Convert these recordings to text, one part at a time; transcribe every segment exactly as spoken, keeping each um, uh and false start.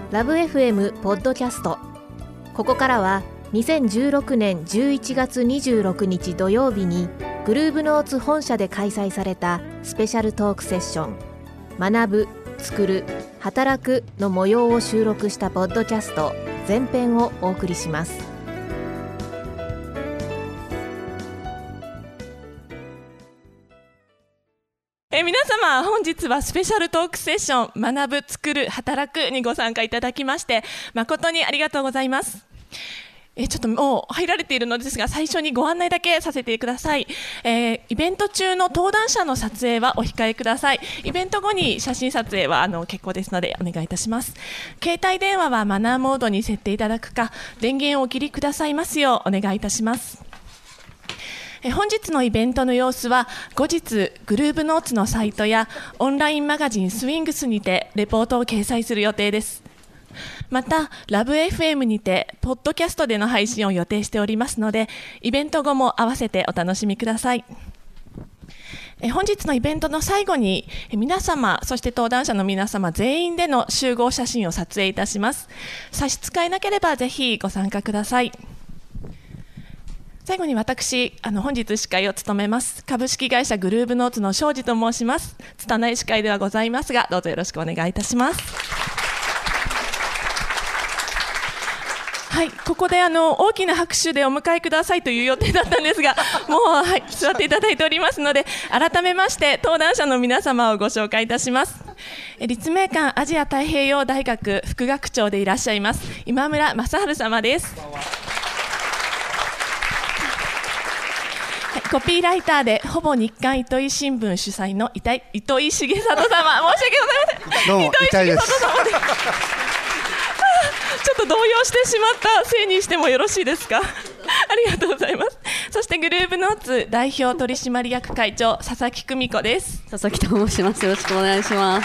ラブ エフエム ポッドキャスト。ここからはにせんじゅうろくねんじゅういちがつにじゅうろくにち土曜日にグルーブノーツ本社で開催されたスペシャルトークセッション学ぶ、作る、働くの模様を収録したポッドキャスト前編をお送りします。 え皆様、本日はスペシャルトークセッション学ぶ、作る、働くにご参加いただきまして誠にありがとうございます。えちょっともう入られているのですが、最初にご案内だけさせてください。えー、イベント中の登壇者の撮影はお控えください。イベント後に写真撮影はあの結構ですのでお願いいたします。携帯電話はマナーモードに設定いただくか、電源をお切りくださいますようお願いいたします。え本日のイベントの様子は後日グルーブノーツのサイトやオンラインマガジンスウィングスにてレポートを掲載する予定です。またラブ エフエム にてポッドキャストでの配信を予定しておりますので、イベント後も合わせてお楽しみください。え本日のイベントの最後に皆様、そして登壇者の皆様全員での集合写真を撮影いたします。差し支えなければぜひご参加ください。最後に私、あの本日司会を務めます株式会社グルーブノーツの庄司と申します。拙い司会ではございますが、どうぞよろしくお願いいたします。はい、ここであの大きな拍手でお迎えくださいという予定だったんですが、もう、はい、座っていただいておりますので、改めまして登壇者の皆様をご紹介いたします。立命館アジア太平洋大学副学長でいらっしゃいます今村正治様です。コピーライターでほぼ日刊糸井新聞主催の糸井重里様、申し訳ございません。 どうも糸井重里様です。ちょっと動揺してしまったせいにしてもよろしいですか。ありがとうございます。そしてグルーブノーツ代表取締役会長佐々木久美子です。 佐々木と申します。よろしくお願いします。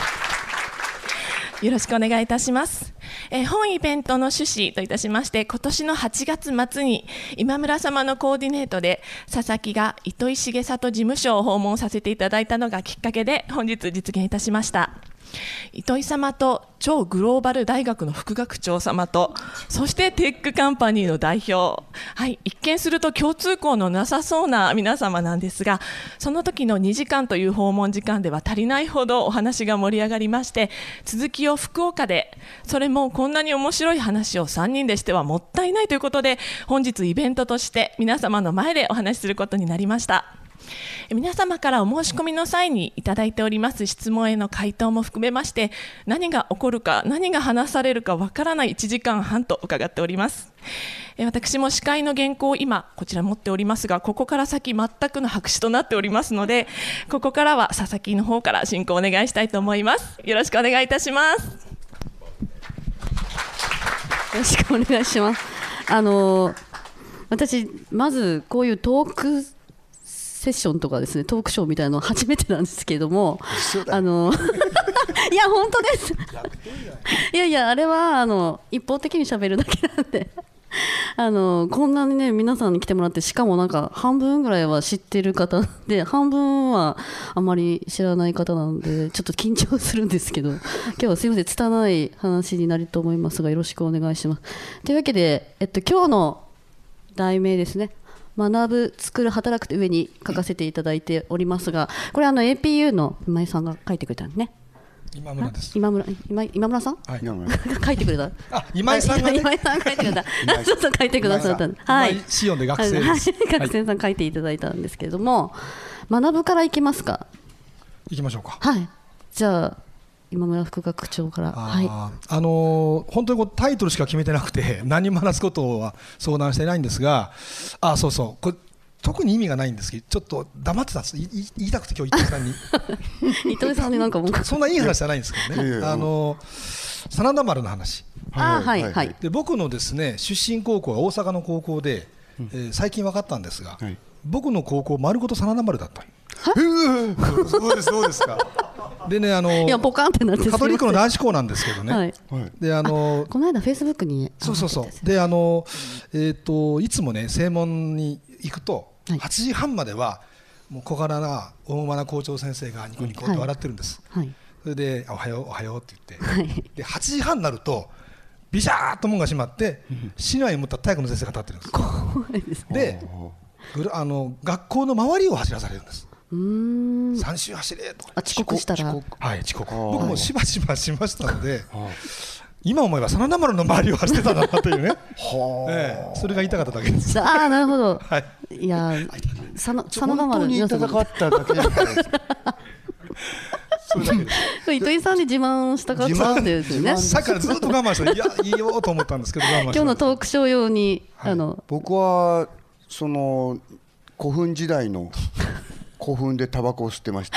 よろしくお願いいたします。えー、本イベントの趣旨といたしまして、今年のはちがつ末に今村様のコーディネートで佐々木が糸井重里事務所を訪問させていただいたのがきっかけで本日実現いたしました。糸井様と超グローバル大学の副学長様と、そしてテックカンパニーの代表、はい、一見すると共通項のなさそうな皆様なんですが、その時のにじかんという訪問時間では足りないほどお話が盛り上がりまして、続きを福岡で、それもこんなに面白い話をさんにんでしてはもったいないということで、本日イベントとして皆様の前でお話しすることになりました。皆様からお申し込みの際にいただいております質問への回答も含めまして、何が起こるか何が話されるかわからないいちじかんはんと伺っております。私も司会の原稿を今こちら持っておりますが、ここから先全くの白紙となっておりますので、ここからは佐々木の方から進行をお願いしたいと思います。よろしくお願いいたします。 よろしくお願いします。あの私まずこういうトークセッションとかですね、トークショーみたいなの初めてなんですけれども、あのいや本当です。いやいや、あれはあの一方的に喋るだけなんであのこんなにね皆さんに来てもらって、しかもなんか半分ぐらいは知ってる方で半分はあまり知らない方なのでちょっと緊張するんですけど、今日はすいません、拙い話になると思いますがよろしくお願いします。というわけで、えっと、今日の題名ですね、学ぶ、作る、働くという上に書かせていただいておりますが、これあの エーピーユー の今井さんが書いてくれたんですね。 今村です。 今村、今今村さん、 はい、 書いてくれた。 あ、今井さんが、ね、 今井さん書いてくれた。ちょっと書いてくださった。 はい。シオンで学生です。 学生さん書いていただいたんですけれども、学ぶからいきますか。 いきましょうか。 はい。じゃあ今村副学長から。 あ、 はい。 あのー、本当にこうタイトルしか決めてなくて何も話すことは相談してないんですが、あ、そうそう、これ特に意味がないんですけど、ちょっと黙ってたんです。言いたくて今日伊藤さんに伊藤さんになんかもうそんないい話じゃないんですけどね、あの真田丸の話。 あ、はいはい。 で僕のですね出身高校は大阪の高校で、えー、最近分かったんですが、はい、僕の高校丸ごと真田丸だった。 そうですそうですか。 でね、あのいやポカンってなってカトリックの男子校なんですけどね、はい、であのこの間フェイスブックにそうそうそうであの、えー、といつもね正門に行くと、はい、はちじはんまではもう小柄な大間な校長先生がニコニコと笑ってるんです、はいはい、 それでおはようおはようって言って、 はい、 ではちじはんになるとビシャーっと門が閉まって、うん、市内を持った体育の先生が立ってるんです。 怖いですね。 であの学校の周りを走らされるんです。 うーんさん周走れとか、 あ遅刻したら、 遅刻、はい、遅刻。僕もしばしばしましたので今思えば真田丸の周りを走ってたんだなというねええ、それが言いたかっただけです。 ああなるほど、 はい、 いや真田丸本当に戦っただけじゃないですかそれだけです。 糸井さんに自慢したかったんですよね。 さっきからずっと我慢していやいいよと思ったんですけど我慢して今日のトークショー用に、はい、あの僕はその古墳時代の古墳でタバコを吸ってました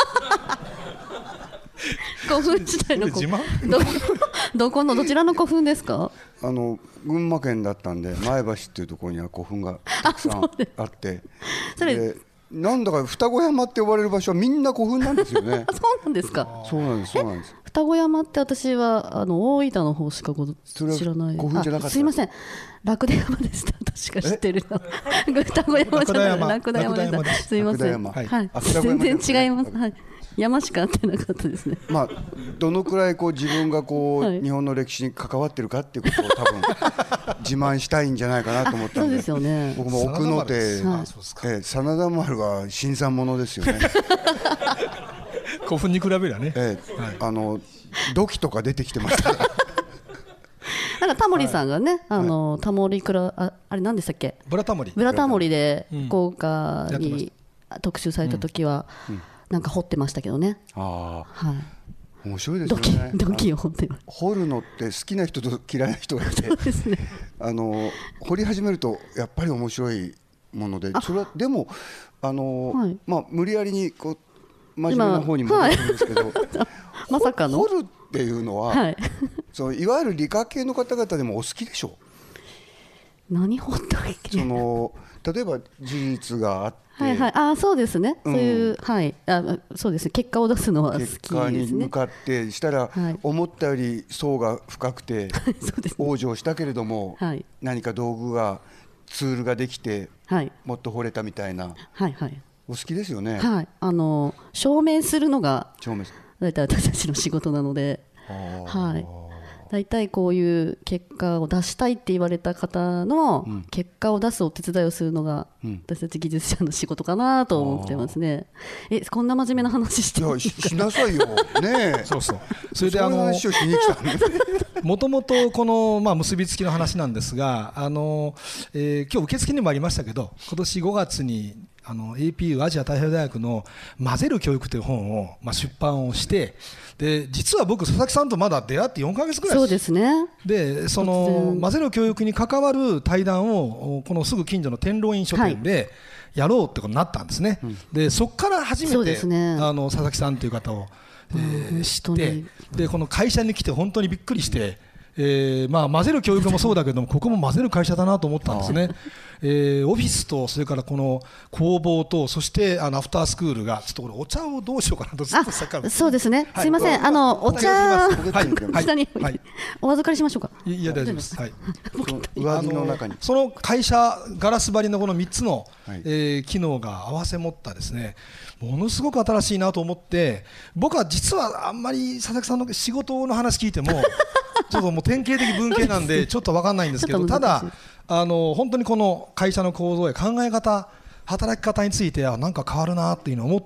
古墳時代の古墳ど, どこのどちらの古墳ですか？ あの群馬県だったんで前橋っていうところには古墳がたくさんあってそれでなんだか双子山って呼ばれる場所はみんな古墳なんですよねそうなんですか？ そうなんですそうなんです。 双子山って私はあの大分の方しかご知らない。 古墳じゃなかった。 すいません楽田山でした。私が知ってるの双子山じゃないラクダ山でした。すいません、はい、全然違います、はい、山しか合ってなかったですね。 まあどのくらいこう自分がこう、はい、日本の歴史に関わってるかっていうことを多分自慢したいんじゃないかなと思ったんで。 そうですよね。 僕も奥の手、真田丸は新参者ですよね古墳に比べりゃね、 ええはい、あの土器とか出てきてましたなんかタモリさんがね、はい、あのタモリクラ あ, あれ何でしたっけ？ ブラタモリブラタモリで福岡に特集された時は、うんうん、なんか掘ってましたけどね。 ああ、 はい、 面白いですよね。 土器を掘ってます。 掘るのって好きな人と嫌いな人がいてそうですね、 あの掘り始めるとやっぱり面白いもので、それはでもあの、はい、まあ、無理やりにこう真面目な方に戻るんですけど、はい、 まさかの掘るっていうのは、はい、そのいわゆる理科系の方々でもお好きでしょう？何掘ったっけ？ その例えば事実があって、 はいはい、あそうですね、うん、そういう、はい、あそうですね、結果を出すのは好きですね。 結果に向かってしたら、はい、思ったより層が深くてそうです、ね、往生したけれども、はい、何か道具がツールができて、はい、もっと掘れたみたいな、 はいはい、 お好きですよね。 はい、あの証明するのが証明大体私たちの仕事なので、はい、大体こういう結果を出したいって言われた方の結果を出すお手伝いをするのが私たち技術者の仕事かなと思ってますね。えこんな真面目な話してるんですか？ いや し, しなさいよねそうそう、それであの話をしに来たもともとこの、まあ、結びつきの話なんですが、あの、えー、今日受付にもありましたけど、今年ごがつにあの エーピーユー アジア太平洋大学の混ぜる教育という本を、まあ、出版をして、で実は僕佐々木さんとまだ出会ってよんかげつぐらいです。 そうですね。 でその混ぜる教育に関わる対談をこのすぐ近所の天狼院書店でやろうってことになったんですね、はい、でそこから初めて、ね、あの佐々木さんという方を、えー、知って、でこの会社に来て本当にびっくりして、えーまあ、混ぜる教育もそうだけどもここも混ぜる会社だなと思ったんですね。えー、オフィスとそれからこの工房とそしてあのアフタースクールがちょっとこれお茶をどうしようかなとずっとさっきから。 そうですね、はい、すいません、あのお茶、はい、下に、はい、お預かりしましょうか。 いや大丈夫です、はい、 上着の中にその会社ガラス張りのこのみっつの、はい、えー、機能が合わせ持ったですね、ものすごく新しいなと思って、僕は実はあんまり佐々木さんの仕事の話聞いてもちょっともう典型的文系なんでちょっと分かんないんですけど、ただあの本当にこの会社の構造や考え方、働き方についてはなんか変わるなっていうのを思って、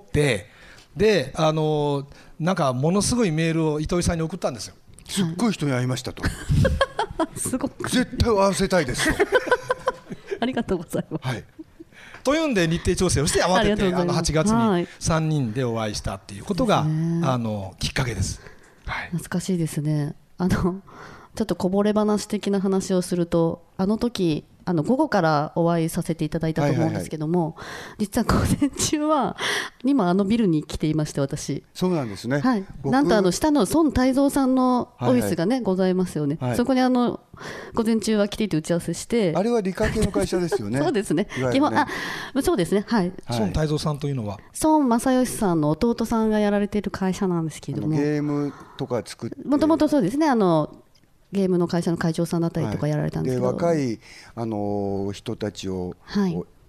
であのなんかものすごいメールを糸井さんに送ったんですよ。 すっごい人に会いましたとすごく絶対会わせたいですとありがとうございます、 はい、というんで日程調整をして慌ててあのはちがつにさんにんでお会いしたっていうことが、はい、あのきっかけです、はい、 懐かしいですね。あのちょっとこぼれ話的な話をすると、あの時あの午後からお会いさせていただいたと思うんですけども、はいはいはい、実は午前中は今あのビルに来ていまして、私そうなんですね、 はい、なんとあの下の孫泰造さんのオフィスがね、はいはい、ございますよね、はい、そこにあの午前中は来ていて打ち合わせして、 あれは理科系の会社ですよねそうですね、 ね、 基本あそうですね、はい、 孫泰造さんというのは孫正義さんの弟さんがやられている会社なんですけども、 ゲームとか作ってもともとそうですね、あのゲームの会社の会長さんだったりとかやられたんですけど、 はい、で若い、あのー、人たちを、はい、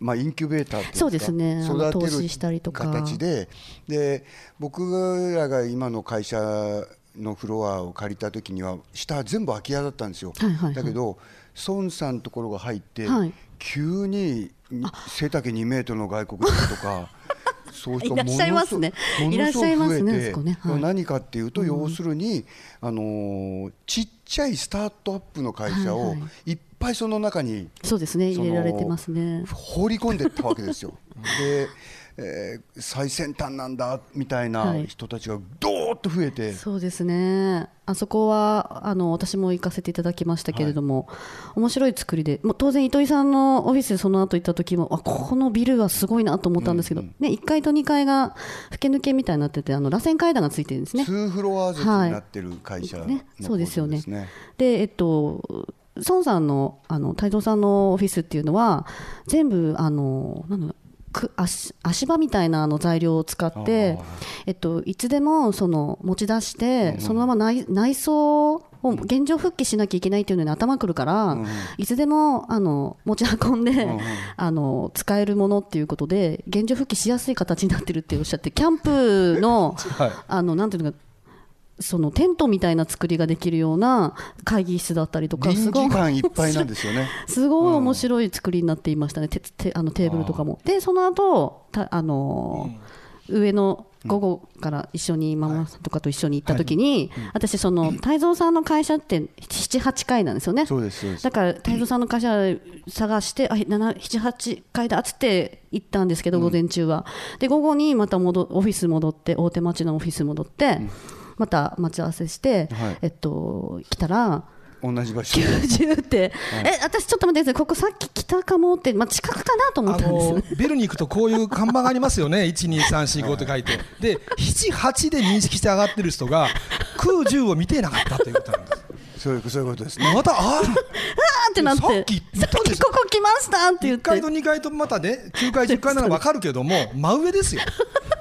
まあ、インキュベーターっていうか、 そうですね、 育てる投資したりとか形で、で僕らが今の会社のフロアを借りた時には下全部空き家だったんですよ、 はいはいはい、 だけど孫さんのところが入って、 はい、 急に背丈にメートルの外国人とかそういう人ものすごく増えて、何かっていうと、要するに、あのー、ちっちゃいスタートアップの会社をいっぱいその中に、 そうですね、入れられてますね、 放り込んでいったわけですよ。で、えー、最先端なんだみたいな人たちがどーっと増えて、はい、 そうですね、あそこはあの私も行かせていただきましたけれども、はい、面白い作りで、もう当然糸井さんのオフィスでその後行った時も、あ、このビルはすごいなと思ったんですけど、うんうん、ね、いっかいとにかいが吹け抜けみたいになってて、あの螺旋階段がついてるんですね。 ツーフロアずつになってる会社の、はいね、 そうですよね。で、えっと孫さんのあの泰造さんのオフィスっていうのは全部あのなんだ足, 足場みたいなあの材料を使って、えっと、いつでもその持ち出して、うん、そのまま 内, 内装を現状復帰しなきゃいけないっていうのに頭くるから、うん、いつでもあの持ち運んで、うん、あの使えるものっていうことで現状復帰しやすい形になってるっておっしゃって、キャンプの、はい、あのなんていうのか、そのテントみたいな作りができるような会議室だったりとか、 臨時感いっぱいなんですよねすごい面白い作りになっていましたね、ててあのテーブルとかも。でその後たあの、うん、上の午後から一緒にママさんとかと一緒に行った時に、はいはい、私その泰造さんの会社ってななはちかいなんですよね。 そうですそうです。 だから泰造さんの会社探して、あ、ななはちかいだっつって行ったんですけど、午前中は。で午後にまた戻オフィス戻って、大手町のオフィス戻って、うん、また待ち合わせして、はい、えっと、来たら同じ場所きゅうじゅうって、はい、え私ちょっと待ってください、ここさっき来たかもって、まあ、近くかなと思ったんですよ、ね、 ビルに行くとこういう看板がありますよねいちにさんしごって書いて、でななはちで認識して上がってる人がきゅうじゅうを見てなかったということなんですそういうそういうことですね。 またああってなって、さっき言ったんです、ここ来ましたって言って、いっかいとにかいとまたねきゅうかいじゅっかいなら分かるけども真上ですよ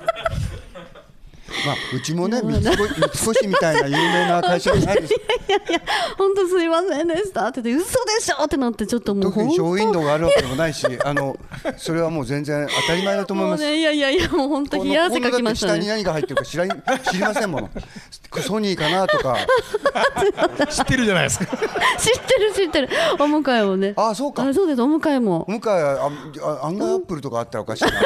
まあ、うちもね三越みたいな有名な会社じゃないですいやいやいや本当すいませんでしたって言って、嘘でしょってなって、ちょっともう特にショーウィンドウがあるわけでもないしあのそれはもう全然当たり前だと思います。 もう、ね、いやいやいやもう本当冷や汗かきましたね。 下に何が入ってるか知ら知りませんものソニーかなとか知ってるじゃないですか知ってる知ってる、お迎えもね、 ああそうか、 あそうです、お迎えもお迎えはあ案外アップルとかあったらおかしいな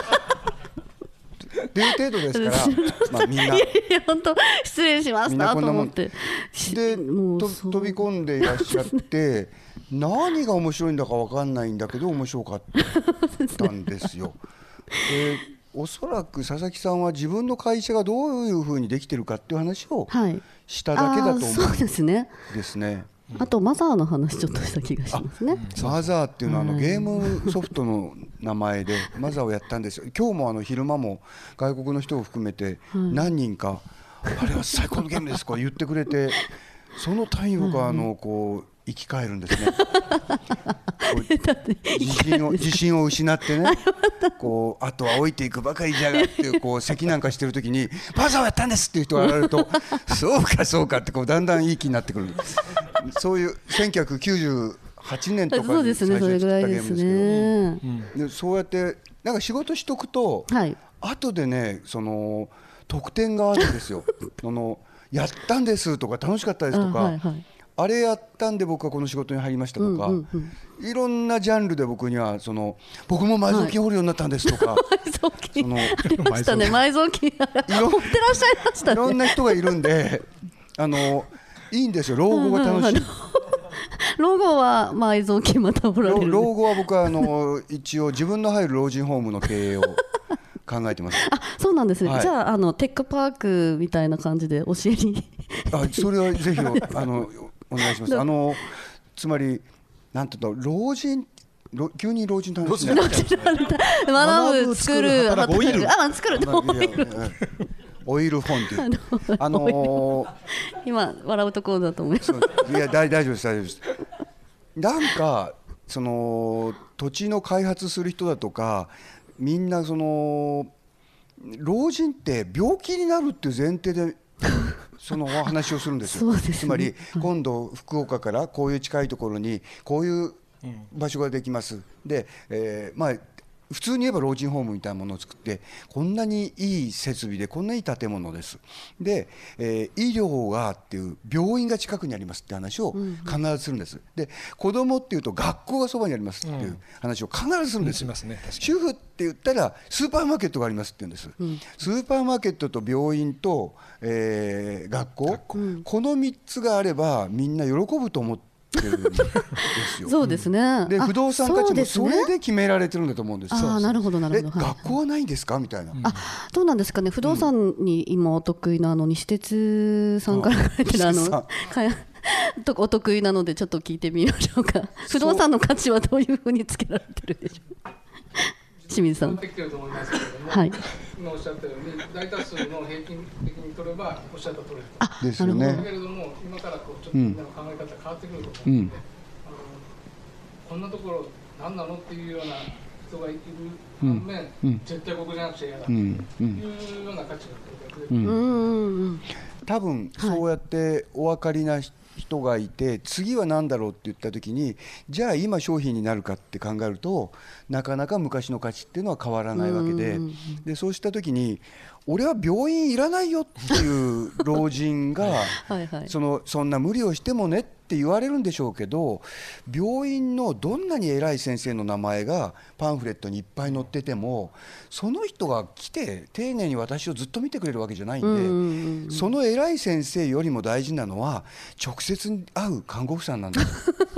っていう程度ですからまあみんないやいや本当失礼しましたと思ってでと飛び込んでいらっしゃって何が面白いんだか分かんないんだけど面白かったんですよでおそらく佐々木さんは自分の会社がどういうふうにできてるかっていう話をしただけだと思うんですね、はい、そうですねですね。あとマザーの話ちょっとした気がしますね。 マザーっていうのはあのゲームソフトの名前でマザーをやったんですよ。今日もあの昼間も外国の人を含めて何人かあれは最高のゲームですと言ってくれて、その単位僕はあのこう生き返るんですね自信を自信を失ってねこうあとは置いていくばかりじゃがってこう咳なんかしてる時にマザーをやったんですっていう人が現れるとそうかそうかってこうだんだんいい気になってくるそういうせんきゅうひゃくきゅうじゅうはちねんとかに最初に作ったゲームですけど、うん、でそうやってなんか仕事しとくと、はい、後でねその得点があるんですよそのやったんですとか楽しかったですとか、あ、はいはい、あれやったんで僕はこの仕事に入りましたとか、うんうんうん、いろんなジャンルで僕にはその僕も埋蔵金掘るようになったんですとか、はい、埋蔵金ありましたね、埋蔵金掘ってらっしゃいましたね。いろんな人がいるんであのいいんですよ、老後が楽しい、うんうん、 老後は埋蔵金また掘られる。 老後は僕はあの一応自分の入る老人ホームの経営を考えてます。 あ、そうなんですね、はい、じゃあ、あのテックパークみたいな感じで教えにあ、それはぜひあのお願いします。あのつまりなんていうの、老人急に老人の話になっちゃう、ね、 学ぶ、作る、 働く、オイル、 あ、作る、オイルオイルフォンっていうあのー、 今笑うところだと思います。 いや大丈夫です大丈夫です。なんかその土地の開発する人だとかみんなその老人って病気になるっていう前提でそのお話をするんですよ。そうですね、つまり今度福岡からこういう近いところにこういう場所ができます。で、えーまあ普通に言えば老人ホームみたいなものを作って、こんなにいい設備でこんないい建物です。で、えー、医療がっていう病院が近くにありますって話を必ずするんです。で、子供っていうと学校がそばにありますっていう話を必ずするんですよ。うん、主婦って言ったらスーパーマーケットがありますって言うんです。うん、スーパーマーケットと病院と、えー、学校、学校、このみっつがあればみんな喜ぶと思ってそうですね。 で不動産価値もそれで決められてるんだと思うんです。 ああ、なるほどなるほど。 学校はないんですかみたいな。 あ、どうなんですかね。不動産に今お得意なのに私鉄さんから書いてるあのお得意なのでちょっと聞いてみましょうか。不動産の価値はどういうふうにつけられてるでしょう。清水さん。 できてると思いますけれども、 はい、 今おっしゃったように大多数の平均的に取ればおっしゃった通りあですよね。 だけれども今からこうちょっとみんなの考え方変わってくると思うので、うん、あのこんなところ何なのっていうような人がいる反面、うん、絶対ここじゃなくちゃ嫌だというような価値が出てくる。うん、 多分そうやってお分かりな人がいて、次は何だろうって言った時に、じゃあ今商品になるかって考えるとなかなか昔の価値っていうのは変わらないわけで、でそうした時に俺は病院いらないよっていう老人がはい、はい、そのそんな無理をしてもねって言われるんでしょうけど、病院のどんなに偉い先生の名前がパンフレットにいっぱい載ってても、その人が来て丁寧に私をずっと見てくれるわけじゃないんで、うんうんうん、その偉い先生よりも大事なのは直接会う看護婦さんなんだ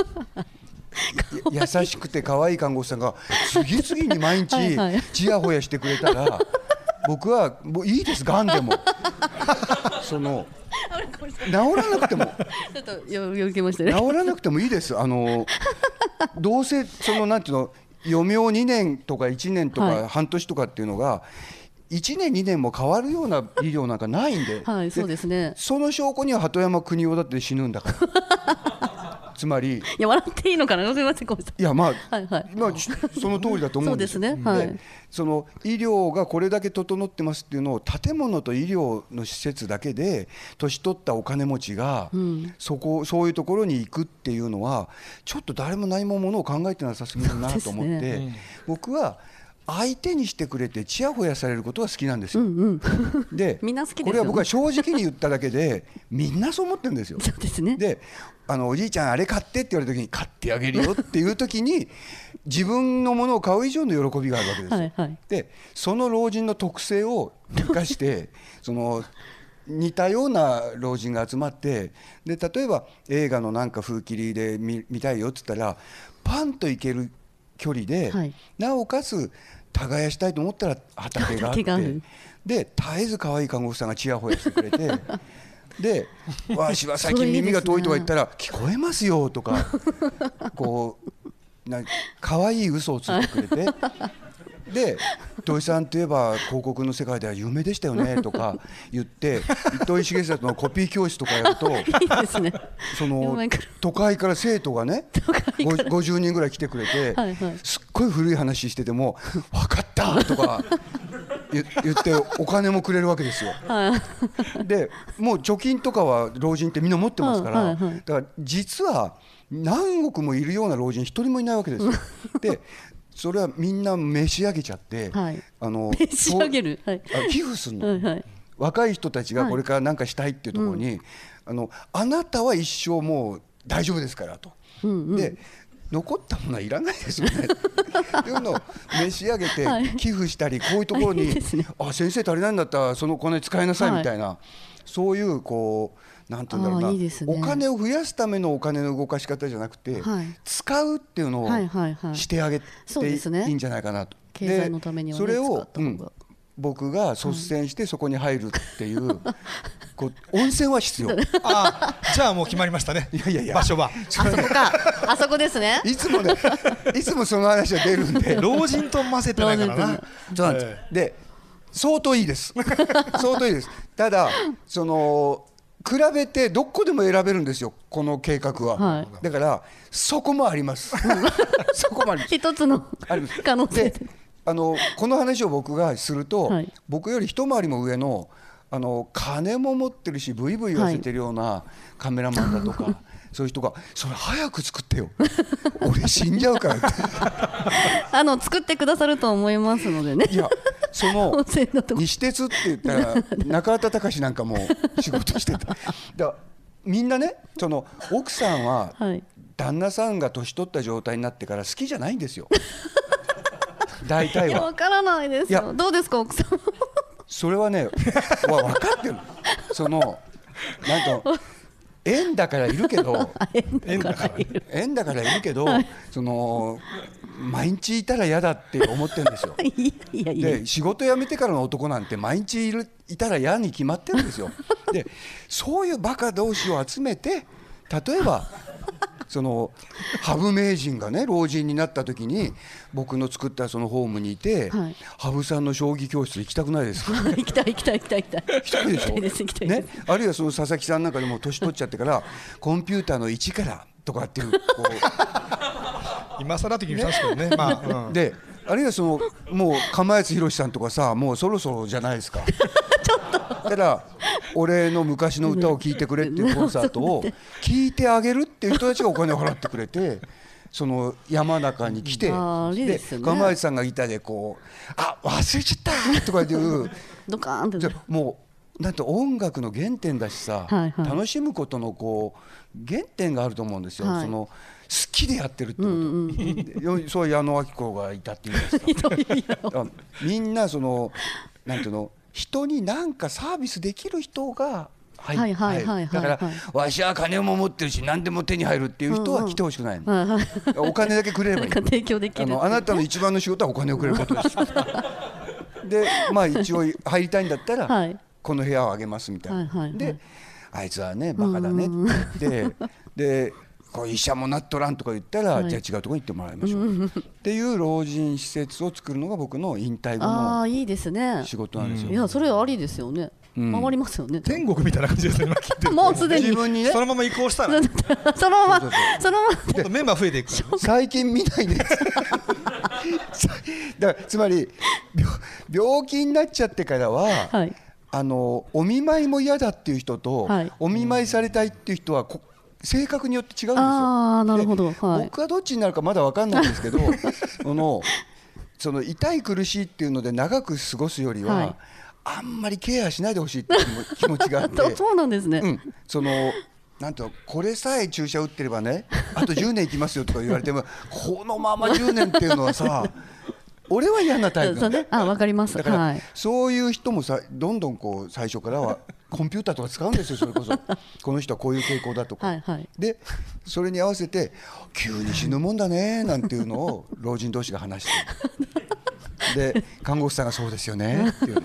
優しくて可愛い看護師さんが次々に毎日ちやほやしてくれたら僕はもういいです、がんでもその治らなくてもちょっとよけましたね。 治らなくてもいいです。あのどうせそのなんていうの、余命にねんとかいちねんとか半年とかっていうのがいちねんにねんも変わるような医療なんかないんで、 はい、そうですね。 その証拠には鳩山邦夫だって死ぬんだからつまりいや笑っていいのかな、すみません、ごめんなさい。 いやまあ、 はいはい、 まあその通りだと思うんですよ。 そうですね、はい、 でその医療がこれだけ整ってますっていうのを建物と医療の施設だけで年取ったお金持ちが、うん、そこそういうところに行くっていうのはちょっと誰も何もものを考えてなさすぎるなと思って、ね、僕は相手にしてくれてちやほやされることが好きなんですよ、うんうん、でみんな好きですよね。 これは僕は正直に言っただけでみんなそう思ってるんですよ。 そうですね。 であのおじいちゃんあれ買ってって言われた時に買ってあげるよっていう時に自分のものを買う以上の喜びがあるわけですよ。はい、はい、でその老人の特性を生かしてその似たような老人が集まって、で例えば映画のなんか風切りで 見, 見たいよって言ったらパンと行ける距離で、はい、なおかつ耕したいと思ったら畑があってで絶えず可愛い看護婦さんがちやほやしてくれてでわしは最近耳が遠いとか言ったら聞こえますよとかこうな可愛い嘘をついてくれてで糸井さんといえば広告の世界では有名でしたよねとか言って糸井重里のコピー教室とかやるといいですね。その都会から生徒がねごじゅうにんぐらい来てくれてはい、はい、すっごい古い話してても分かったとか言ってお金もくれるわけですよ。でもう貯金とかは老人ってみんな持ってますから、だから実は何億もいるような老人一人もいないわけですよ。でそれはみんな召し上げちゃって、はい、あの召し上げる、はい、 寄付するの、はいはい、若い人たちがこれから何かしたいっていうところに、はい、あのあなたは一生もう大丈夫ですからと、うんうん、で残ったものはいらないですよねというのを召し上げて寄付したり、こういうところに、はい、いいね、あ先生足りないんだったらそのお金使いなさいみたいな、はい、そういうこうなんていうんだろうな、いいですね、お金を増やすためのお金の動かし方じゃなくて、はい、使うっていうのをしてあげていいんじゃないかなと。 経済のためにはね、 それを、うん、僕が率先してそこに入るっていう、はい、こう温泉は必要あじゃあもう決まりましたね。いやいやいや場所はあそこかあそこですね。 いつもねいつもその話は出るんで老人と混ぜてないからな。 そうなんです、えー、で相当いいです相当いいです。ただその比べてどこでも選べるんですよこの計画は、はい、だからそこもありますそこもあります一つの可能性で、 あのこの話を僕がすると、はい、僕より一回りも上のあの金も持ってるしブイブイ言わせてるようなカメラマンだとか、はい、そういう人がそれ早く作ってよ俺死んじゃうからってあの作ってくださると思いますのでね。 いやその西鉄って言ったら中畑隆なんかも仕事してただみんなねその奥さんは旦那さんが年取った状態になってから好きじゃないんですよ大体は。いや分からないですよ。どうですか奥さんそれはねわ分かってるそのなんと縁だからいるけど縁だからいる縁だからいるけど、はい、その毎日いたら嫌だって思ってるんですよいやいやいやで仕事辞めてからの男なんて毎日いるいたら嫌に決まってるんですよでそういうバカ同士を集めて例えばその羽生名人がね老人になった時に僕の作ったそのホームにいて、はい、羽生さんの将棋教室行きたくないですか行きたい行きたい行きたい行きたいでしょね、あるいはその佐々木さんなんかでも年取っちゃってからコンピューターの一からとかっていうこう今更って聞きますけどね、まあうん、であるいはそのもう釜谷宏さんとかさもうそろそろじゃないですかちょっとだから俺の昔の歌を聴いてくれっていうコンサートを聴いてあげるっていう人たちがお金を払ってくれてその山中に来てで釜谷さんがギターでこうあ忘れちゃったとかいうドカーンってもうなんて音楽の原点だしさ、はいはい、楽しむことのこう原点があると思うんですよ、はい、その好きでやってるってこと、うんうん、そういう矢野顕子がいたっていうんですかみんなそのなんていうの人に何かサービスできる人が入るだからわしは金も持ってるし何でも手に入るっていう人は来てほしくないの、うんうん、お金だけくれればいい提供できるあのあなたの一番の仕事はお金をくれることですでまあ一応入りたいんだったら、はい、この部屋をあげますみたいな、はいはいはい、であいつはねバカだねって言ってでこう医者もなっとらんとか言ったら、はい、じゃあ違うところに行ってもらいましょうっていう老人施設を作るのが僕の引退後の仕事なんですよ。 いやそれありですよね、うん、回りますよね。 天国みたいな感じですねもうすでに自分にねそのまま移行したらそのままそのままもっとメンバー増えていくから最近見ないねだからつまり 病, 病気になっちゃってからは、はい、あのお見舞いも嫌だっていう人と、はい、お見舞いされたいっていう人はこ性格によって違うんですよ。 あーなるほど、はい、 僕はどっちになるかまだ分かんないんですけどそのその痛い苦しいっていうので長く過ごすよりは、はい、あんまりケアしないでほしいっていう気持ちがあってそうなんですね、 うん、そのなんとこれさえ注射打ってればねあとじゅうねん生きますよとか言われてもこのままじゅうねんっていうのはさ俺は嫌なタイプなんだ、 ね、あ分かります。 だから、 はい、 そういう人もさどんどんこう最初からはコンピューターとか使うんですよ。それこそこの人はこういう傾向だとかはい、はい、でそれに合わせて急に死ぬもんだねなんていうのを老人同士が話してで看護師さんがそうですよねっていうの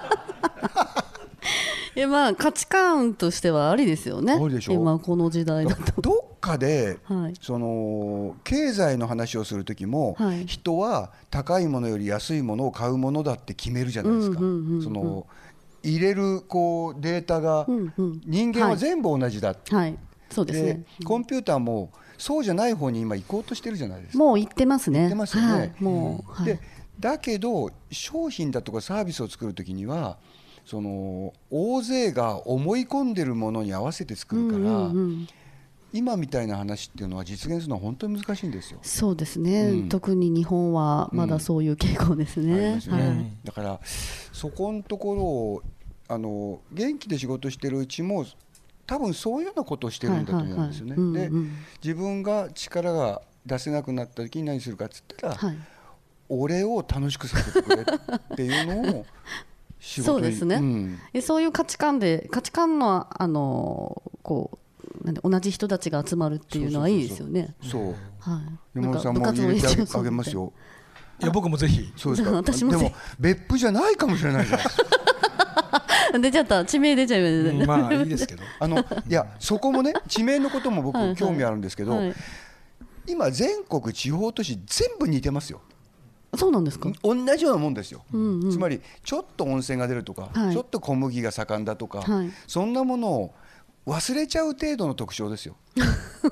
いやまあ価値観としてはありですよね。 ありでしょ。 今この時代だとどっかで、はい、その経済の話をする時も、はい、人は高いものより安いものを買うものだって決めるじゃないですか。その入れるこうデータが、うんうん、人間は全部同じだって、 はいはい、そうですね。 でコンピューターもそうじゃない方に今行こうとしてるじゃないですか。 もう行ってますね。 行ってますよね、はい、 もう、 でだけど商品だとかサービスを作るときにはその大勢が思い込んでるものに合わせて作るから、うんうんうん、今みたいな話っていうのは実現するのは本当に難しいんですよ。 そうですね、うん、特に日本はまだそういう傾向ですね、うんありますよね、はい、 だからそこのところをあの元気で仕事してるうちも多分そういうようなことをしてるんだと思うんですよね。で自分が力が出せなくなった時に何するかっつったら、はい、俺を楽しくさせてくれっていうのを仕事にそうですね、うん、 そういう価値観で価値観の、あのこうなんで同じ人たちが集まるっていうのはいいですよね。 そう、はい、山本さんも入れてあげますよ。 いや僕もぜひ。 そうですか。私もでも別府じゃないかもしれないじゃないですか出ちゃった地名出ちゃいましたね、 うん、まあいいですけどあのいやそこもね地名のことも僕興味あるんですけど、はいはい、今全国地方都市全部似てますよ。 そうなんですか。 同じようなもんですよ、うんうん、つまりちょっと温泉が出るとか、はい、ちょっと小麦が盛んだとか、はい、そんなものを忘れちゃう程度の特徴ですよ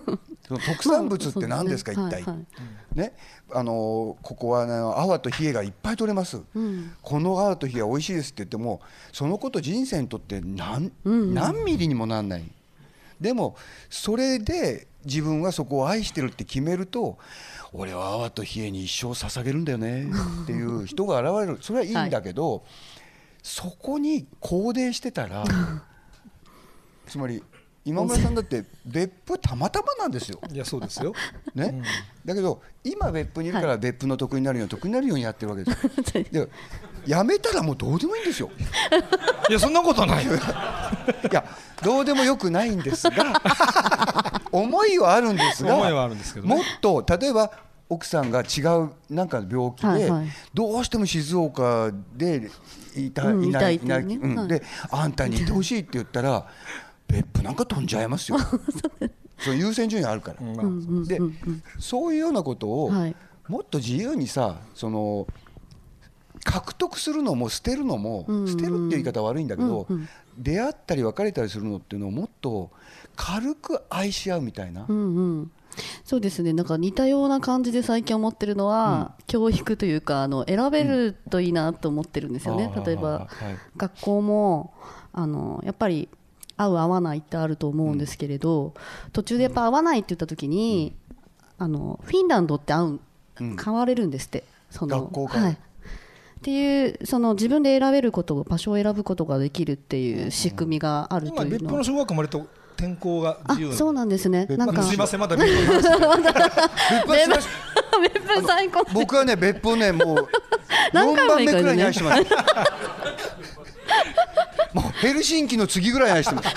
その特産物って何ですか、 まあ一体、 はいはいね、あのここは、ね、泡と冷えがいっぱい取れます、うん、この泡と冷え美味しいですって言ってもそのこと人生にとって何、うんうん、何ミリにもなんない。でもそれで自分はそこを愛してるって決めると俺は泡と冷えに一生捧げるんだよねっていう人が現れる。それはいいんだけど、はい、そこに肯定してたらつまり今村さんだって別府たまたまなんですよ。 いやそうですよ、 ねうん、だけど今別府にいるから別府の得になるように得になるようにやってるわけですよ。でやめたらもうどうでもいいんですよ。 いやそんなことはない。いやどうでもよくないんですが思いはあるんですが、 思いはあるんですけどね、 もっと例えば奥さんが違うなんか病気で、はいはい、どうしても静岡でいた、うん、いないいない、うんはい、であんたにいてほしいって言ったら別府なんか飛んじゃいますよ。その優先順位あるから、うん、で、うん、そういうようなことを、はい、もっと自由にさその獲得するのも捨てるのも、うんうん、捨てるっていう言い方は悪いんだけど、うんうん、出会ったり別れたりするのっていうのをもっと軽く愛し合うみたいな、 うんうん、そうですね。なんか似たような感じで最近思ってるのは、うん、教育というかあの選べるといいなと思ってるんですよね、うん、例えば、はい、学校もあのやっぱり合う合わないってあると思うんですけれど、うん、途中でやっぱ合わないって言った時に、うん、あのフィンランドって合う、うん、変われるんですってその学校から、 はい、っていうその自分で選べること場所を選ぶことができるっていう仕組みがあるというの、 今別府の小学校も割と転校が自由。 あそうなんですね。なんかすいませんまだ別府の話別府最高。 僕はね別府ねもうよんばんめくらいに愛してますもうヘルシンキの次ぐらいに愛してます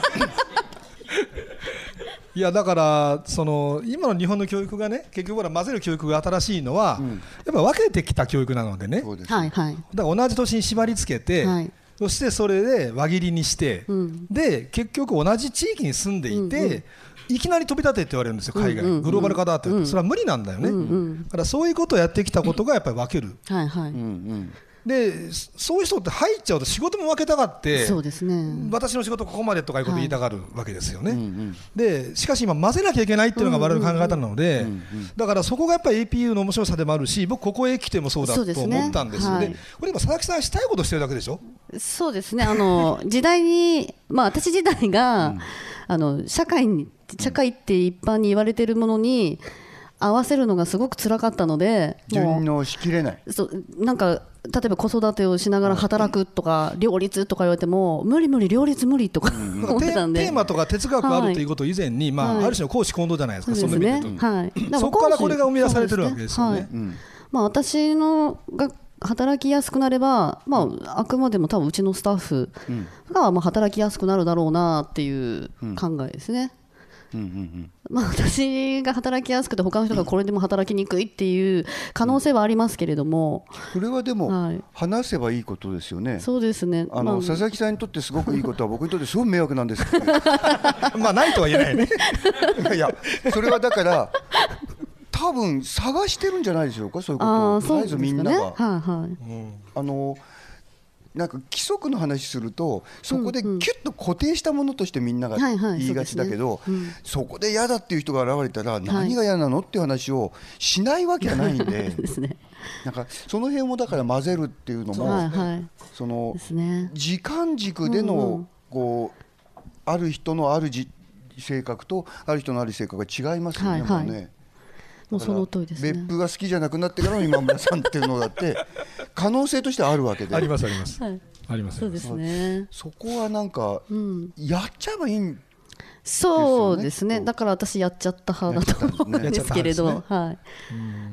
いやだからその今の日本の教育がね結局ほら混ぜる教育が新しいのは、うん、やっぱ分けてきた教育なのでね。 そうですはいはい、 だから同じ年に縛り付けて、はい、そしてそれで輪切りにして、うん、で結局同じ地域に住んでいて、うんうん、いきなり飛び立てって言われるんですよ海外、うんうん、グローバル化だって言って、それは無理なんだよね、うんうん、だからそういうことをやってきたことがやっぱり分ける、 はいはい、 うんうんでそういう人って入っちゃうと仕事も分けたがって、 そうですね、 私の仕事ここまでとかいうことを言いたがるわけですよね、はいうんうん、でしかし今混ぜなきゃいけないっていうのが我々の考え方なので、うんうんうん、だからそこがやっぱり エーピーユー の面白さでもあるし、僕ここへ来てもそうだと思ったんですよね、はい、これ今佐々木さんしたいことしてるだけでしょ。 そうですね、あの時代に、まあ、私自体が、うん、あの社会に社会って一般に言われているものに合わせるのがすごく辛かったので、 順応しきれない。 そうなんか例えば子育てをしながら働くとか両立とか言われても無理無理両立無理とか思ってたんで、 テーマとか哲学あるということ以前に、まあ、ある種の公私混同じゃないですか、 その意味で言うと、 はい、 そこからこれが生み出されてるわけですよね。 まあ、私のが働きやすくなれば、まあ、あくまでも多分うちのスタッフがまあ働きやすくなるだろうなっていう考えですね。うんうんうんまあ、私が働きやすくて他の人がこれでも働きにくいっていう可能性はありますけれども、 それはでも、はい、話せばいいことですよね。 そうですね、 あの、まあ、佐々木さんにとってすごくいいことは僕にとってすごく迷惑なんですけどまあないとは言えないねいやそれはだから多分探してるんじゃないでしょうか、そういうことを。とりあえずみんなが、はいはい、あのなんか規則の話するとそこでキュッと固定したものとしてみんなが言いがちだけど、そこで嫌だっていう人が現れたら何が嫌なのっていう話をしないわけはないんでなんかその辺をだから混ぜるっていうのもその時間軸でのこうある人のある性格とある人のある性格が違いますよね。もうねもうその通りですね。 別府が好きじゃなくなってからの今村さんっていうのだって可能性としてはあるわけで。 ありますあります、はい、あります。 そうですね。 そこはなんか、うん、やっちゃえばいいんですよね。 そうですね。だから私やっちゃった派だと思うんですけれど、ねはい、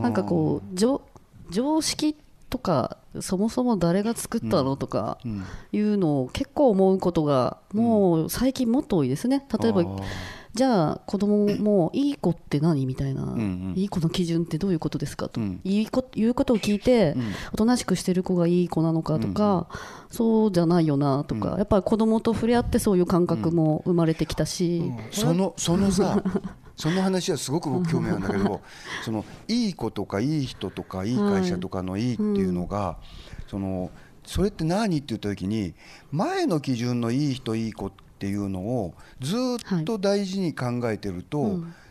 なんかこう常常識とかそもそも誰が作ったのとかいうのを結構思うことがもう最近もっと多いですね。例えばじゃあ子供もいい子って何みたいな、うんうん、いい子の基準ってどういうことですかと、うん、いい子言うことを聞いて、うん、おとなしくしてる子がいい子なのかとか、うんうん、そうじゃないよなとか、うん、やっぱり子供と触れ合ってそういう感覚も生まれてきたし、うんうん、 そのそのさその話はすごく僕興味あるんだけどそのいい子とかいい人とかいい会社とかのいいっていうのが、はい、そのそれって何って言った時に前の基準のいい人いい子ってっていうのをずっと大事に考えてると、はいうん、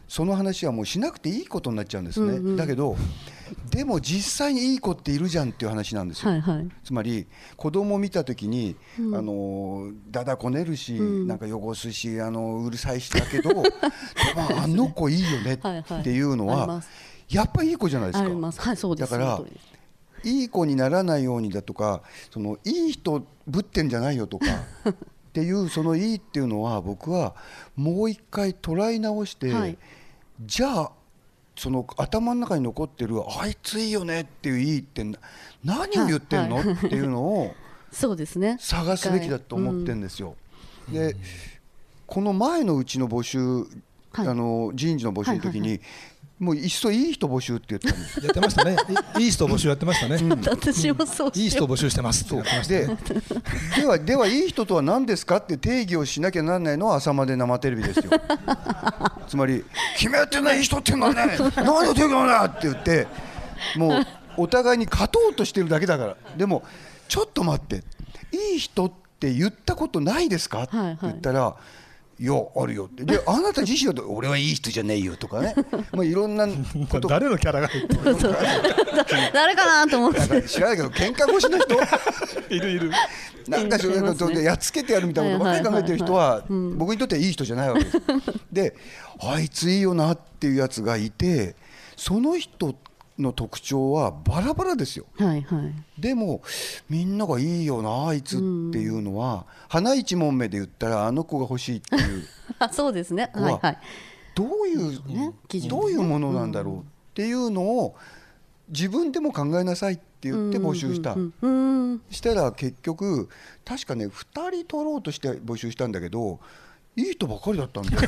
その話はもうしなくていいことになっちゃうんですね、うんうん、だけどでも実際にいい子っているじゃんっていう話なんですよ、はいはい、つまり子供を見た時に、うん、あのだだこねるし、うん、なんか汚すしあのうるさいしだけどまあ、あの子いいよねっていうのははい、はい、やっぱりいい子じゃないですか。あります、はい、そうです。だからいい子にならないようにだとかそのいい人ぶってんじゃないよとかっていうそのいいっていうのは僕はもう一回捉え直して、はい、じゃあその頭の中に残ってるあいついいよねっていういいって何を言ってんの、はいはい、っていうのをそうですね探すべきだと思ってるんですよ、うん、でこの前のうちの募集、はい、あの人事の募集の時に、はいはいはい、もういっそいい人募集って言ったんですやってましたねいい人募集やってましたね、うん、 私もそういい人募集してますってやってました、ね、 で, で, はではいい人とは何ですかって定義をしなきゃならないのは朝まで生テレビですよつまり決めてないいい人っていうのはね何を定義なんだって言ってもうお互いに勝とうとしてるだけだから。でもちょっと待っていい人って言ったことないですかって言ったら、はいはいいやあるよってであなた自身は俺はいい人じゃねえよとかねまあいろんなこと誰のキャラが入ってる誰かなと思って知らないけど喧嘩腰の人いるいるなんかそういうことでやっつけてやるみたいなことばっかり考えてる人は僕にとってはいい人じゃないわけですであいついいよなっていうやつがいてその人の特徴はバラバラですよ、はいはい、でもみんながいいよなあいつっていうのは、うん、花一問目で言ったらあの子が欲しいっていうそうですね、はいはい、 どういう、ね、どういうものなんだろうっていうのを自分でも考えなさいって言って募集した、うんうんうん、したら結局確かねふたり取ろうとして募集したんだけどいい人ばかりだったんだよ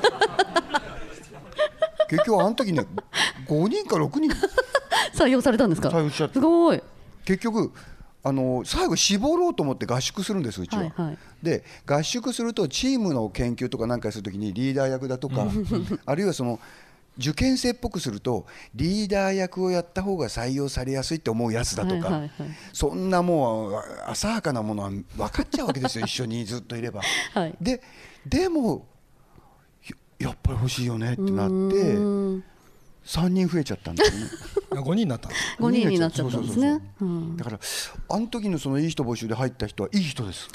結局あの時ねごにんかろくにん採用されたんですか。 採用しちゃってすごい。 結局あの最後絞ろうと思って合宿するんですうちは、はいはい、で合宿するとチームの研究とかなんかするときにリーダー役だとかあるいはその受験生っぽくするとリーダー役をやった方が採用されやすいって思うやつだとか、はいはいはい、そんなもう浅はかなものは分かっちゃうわけですよ一緒にずっといれば、はい、で, でもやっぱり欲しいよねってなってさんにん増えちゃったんですねごにんになったんですごにんになっちゃったんですね。 だからあの時のそのいい人募集で入った人はいい人です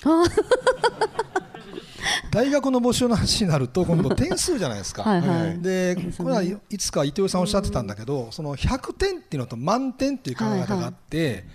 大学の募集の話になると今度点数じゃないですかはい、はい、でこれはいつか伊藤さんおっしゃってたんだけどそのひゃくてんっていうのと満点っていう考え方があって、はいはい、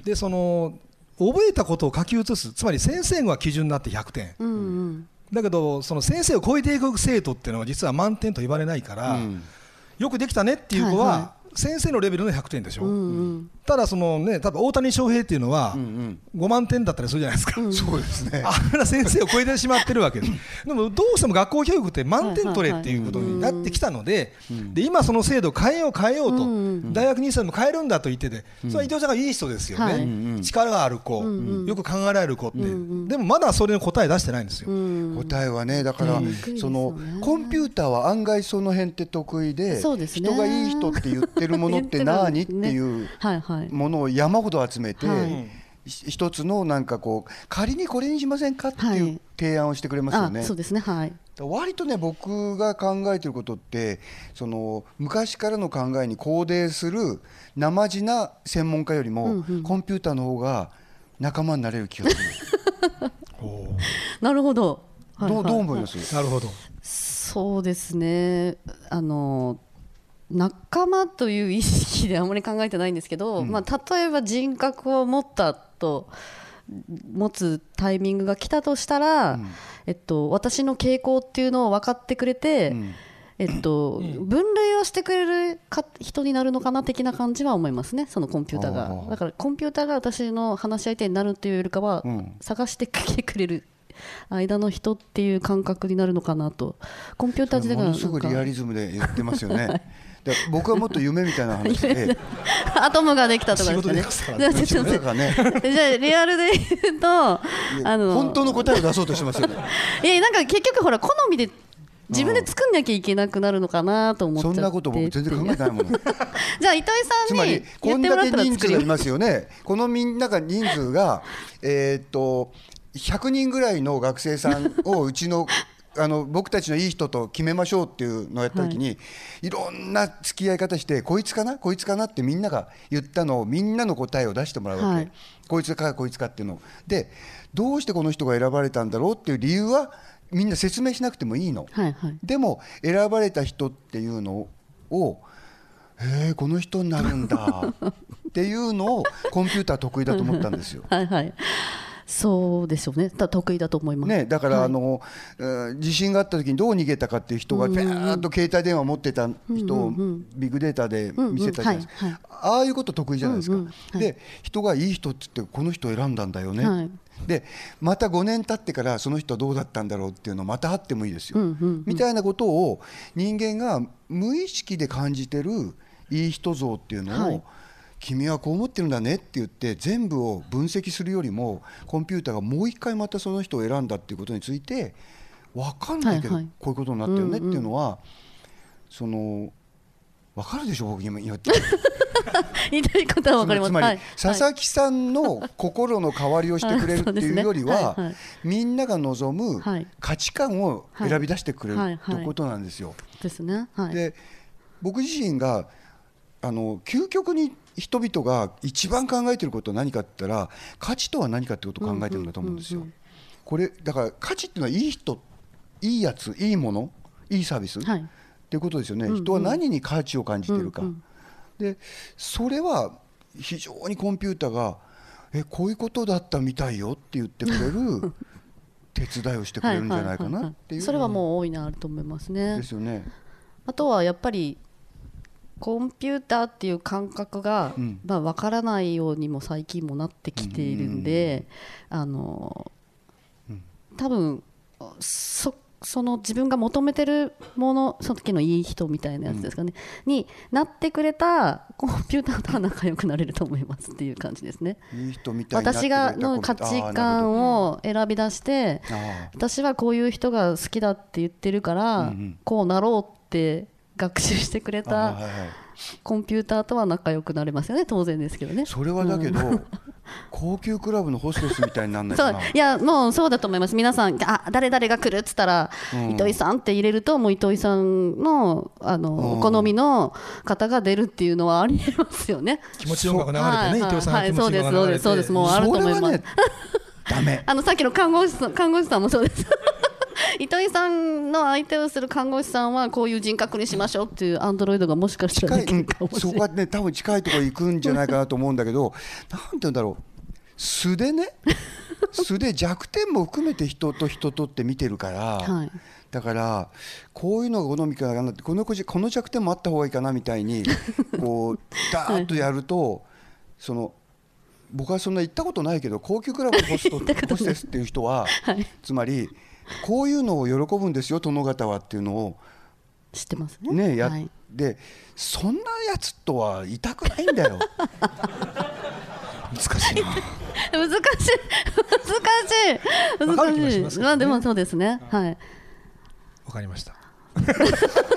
でその覚えたことを書き写すつまり先生が基準になってひゃくてん、うんうん、だけどその先生を超えていく生徒っていうのは実は満点と言われないから、うん、よくできたねっていう子は、はいはい先生のレベルのひゃくてんでしょ、うんうん、ただそのね多分大谷翔平っていうのはごまんてんだったりするじゃないですか、うんうん、 そうですねあんな先生を超えてしまってるわけですでもどうしても学校教育って満点取れっていうことになってきたので、で今その制度を変えよう変えようと、うんうん、大学にさんも変えるんだと言っててそれは伊藤さんがいい人ですよね、はい、力がある子、うんうん、よく考えられる子って、うんうん、でもまだそれの答え出してないんですよ、 うん、答えはねだから、うん、そのコンピューターは案外その辺って得意で、そうですね、人がいい人って言ってるものって何っていうものを山ほど集めて、はい、一つのなんかこう仮にこれにしませんかっていう提案をしてくれますよね、はい、 そうですね、はい、 割とね僕が考えていることってその昔からの考えに肯定する生地な専門家よりも、うんうん、コンピューターの方が仲間になれる気がするなるほど、 はいはい、どう、どう思います？ なるほど。 そうですね、あの仲間という意識であまり考えてないんですけど、うんまあ、例えば人格を持ったと持つタイミングが来たとしたら、うんえっと、私の傾向っていうのを分かってくれて、うんえっとうん、分類をしてくれるか人になるのかな的な感じは思いますね、そのコンピューターが。だからコンピューターが私の話し相手になるというよりかは、うん、探してきてくれる間の人っていう感覚になるのかなと。コンピューター自体がものすごいリアリズムで言ってますよねで僕はもっと夢みたいな話でアトムができたとかですかね。じゃあリアルで言うとあの本当の答えを出そうとしてますよねいやなんか結局ほら好みで自分で作んなきゃいけなくなるのかなと思っちゃって、 そんなこと僕全然考えてないものじゃあ糸井さんに言ってもらったら作るよ。 つまりこんだけ人数がいますよねこのみんなが人数がえーっとひゃくにんぐらいの学生さんをうちのあの僕たちのいい人と決めましょうっていうのをやった時に、はい、いろんな付き合い方してこいつかなこいつかなってみんなが言ったのをみんなの答えを出してもらうわけ、はい、こいつかこいつかっていうので、どうしてこの人が選ばれたんだろうっていう理由はみんな説明しなくてもいいの、はいはい、でも選ばれた人っていうのをへーこの人になるんだっていうのをコンピューター得意だと思ったんですよ。 はいはい、そうでしょうね、得意だと思います、 ね、だから、はい、あの地震があった時にどう逃げたかっていう人がピャーッと携帯電話を持ってた人をビッグデータで見せたじゃないですか、うんうんはいはい、ああいうこと得意じゃないですか、うんうんはい、で人がいい人って言ってこの人を選んだんだよね、はい、でまたごねん経ってからその人はどうだったんだろうっていうのをまた会ってもいいですよ、うんうんうん、みたいなことを人間が無意識で感じてるいい人像っていうのを、はい、君はこう思ってるんだねって言って全部を分析するよりもコンピューターがもう一回またその人を選んだっていうことについて分かんないけど、はいはい、こういうことになってるねっていうのは、うんうん、その分かるでしょ僕今言って言いたいことは分かります。 つまり、 はい、 佐々木さんの心の代わりをしてくれるっていうよりは、はいはい、みんなが望む価値観を選び出してくれる、はい、ということなんですよ。 ですね。はい、で僕自身があの究極に人々が一番考えていることは何かって言ったら価値とは何かってことを考えてるんだと思うんですよ、うんうんうんうん、これだから価値っていうのはいい人いいやついいものいいサービス、はい、っていうことですよね、うんうん、人は何に価値を感じているか、うんうん、でそれは非常にコンピューターがえこういうことだったみたいよって言ってくれる手伝いをしてくれるんじゃないかなっていう、 それはもう大いにあると思いますね。 ですよね。 あとはやっぱりコンピューターっていう感覚が、うんまあ、分からないようにも最近もなってきているんで、うんうんうん、あの多分 そ, その自分が求めてるものその時のいい人みたいなやつですかね、うん、になってくれたコンピューターとは仲良くなれると思いますっていう感じですね。 いい人みたいになってくれた私がの価値観を選び出して私はこういう人が好きだって言ってるから、うんうん、こうなろうって学習してくれたコンピューターとは仲良くなれますよね。当然ですけどね。 それはだけど、うん、高級クラブのホステスみたいにならないかな。 そういやもうそうだと思います。皆さんあ誰々が来るっつったら、うん、糸井さんって入れるともう糸井さんのあの、うん、お好みの方が出るっていうのはありえますよね。 気持ち音楽流れてね、はいはい、糸井さんの気持ち音楽流れて、はい、そうですそうですもうあると思います。 ね、ダメあのさっきの看護師さん看護師さんもそうです糸井さんの相手をする看護師さんはこういう人格にしましょうっていうアンドロイドがもしかしたらできるかもしれない。 そこはね多分近いところ行くんじゃないかなと思うんだけどなんて言うんだろう素でね素で弱点も含めて人と人とって見てるから、はい、だからこういうのが好みかなってこの、この弱点もあった方がいいかなみたいにこうダーッとやると、はい、その僕はそんな行ったことないけど高級クラブのホストホステスっていう人は、はい、つまりこういうのを喜ぶんですよ殿方はっていうのを知ってますね。 ねやはい、 でそんなやつとはいたくないんだよ難しいな難しい難しい難しい、ね、まあでもそうですね。はい。 わかりました